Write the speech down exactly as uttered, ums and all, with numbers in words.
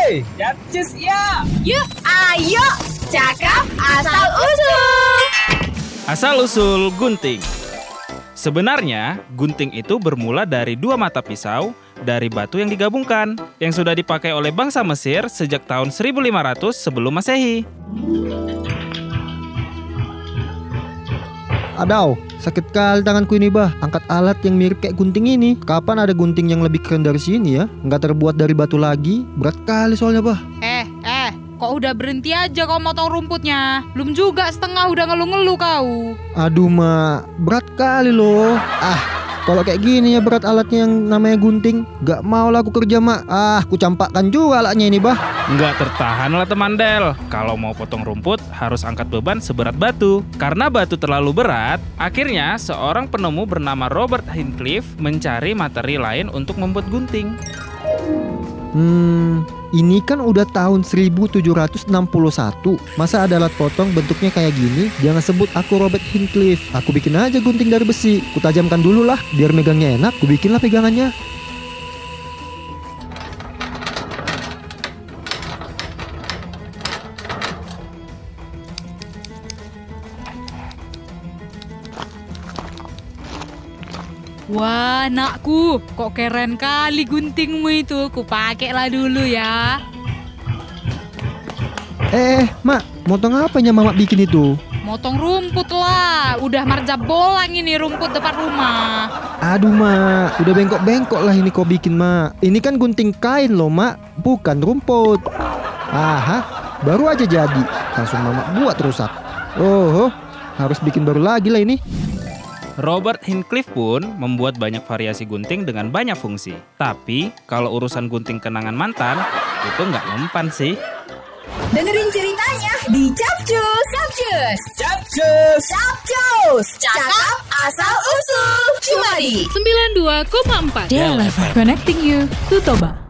Hey, Capcus ya. Yuk, ayo, cakap asal usul. Asal-usul gunting. Sebenarnya, gunting itu bermula dari dua mata pisau dari batu yang digabungkan, yang sudah dipakai oleh bangsa Mesir sejak tahun seribu lima ratus sebelum Masehi. Adaw, sakit kali tanganku ini bah. Angkat alat yang mirip kayak gunting ini. Kapan ada gunting yang lebih keren dari sini ya? Nggak terbuat dari batu lagi. Berat kali soalnya bah. Eh, eh, kok udah berhenti aja kau motong rumputnya? Belum juga setengah udah ngeluh-ngeluh kau. Aduh mak, berat kali loh. Ah, kalau kayak gini ya berat alatnya yang namanya gunting. Gak mau lah aku kerja mak. Ah, aku campakkan juga alatnya ini bah. Nggak tertahan lah teman Del. Kalau mau potong rumput, harus angkat beban seberat batu. Karena batu terlalu berat, akhirnya seorang penemu bernama Robert Hinckliffe mencari materi lain untuk membuat gunting. Hmm, ini kan udah tahun seribu tujuh ratus enam puluh satu. Masa ada alat potong bentuknya kayak gini? Jangan sebut aku Robert Hinckliffe. Aku bikin aja gunting dari besi. Ku tajamkan dulu lah, biar megangnya enak. Ku bikinlah pegangannya. Wah, nakku, kok keren kali guntingmu itu. Kupakailah dulu ya. Eh, mak, motong apanya mamak bikin itu? Motong rumput lah. Udah marjab bolang ini rumput depan rumah. Aduh mak, udah bengkok-bengkok lah ini kau bikin mak. Ini kan gunting kain loh mak, bukan rumput. Aha, baru aja jadi. Langsung mamak buat rusak. Oh, harus bikin baru lagi lah ini. Robert Hinckliffe pun membuat banyak variasi gunting dengan banyak fungsi. Tapi, kalau urusan gunting kenangan mantan, itu nggak mempan sih. Dengerin ceritanya di Capcus. Capcus. Capcus. Capcus. Cakap asal usul. Cuma di sembilan puluh dua koma empat Del F M. Connecting you to Toba.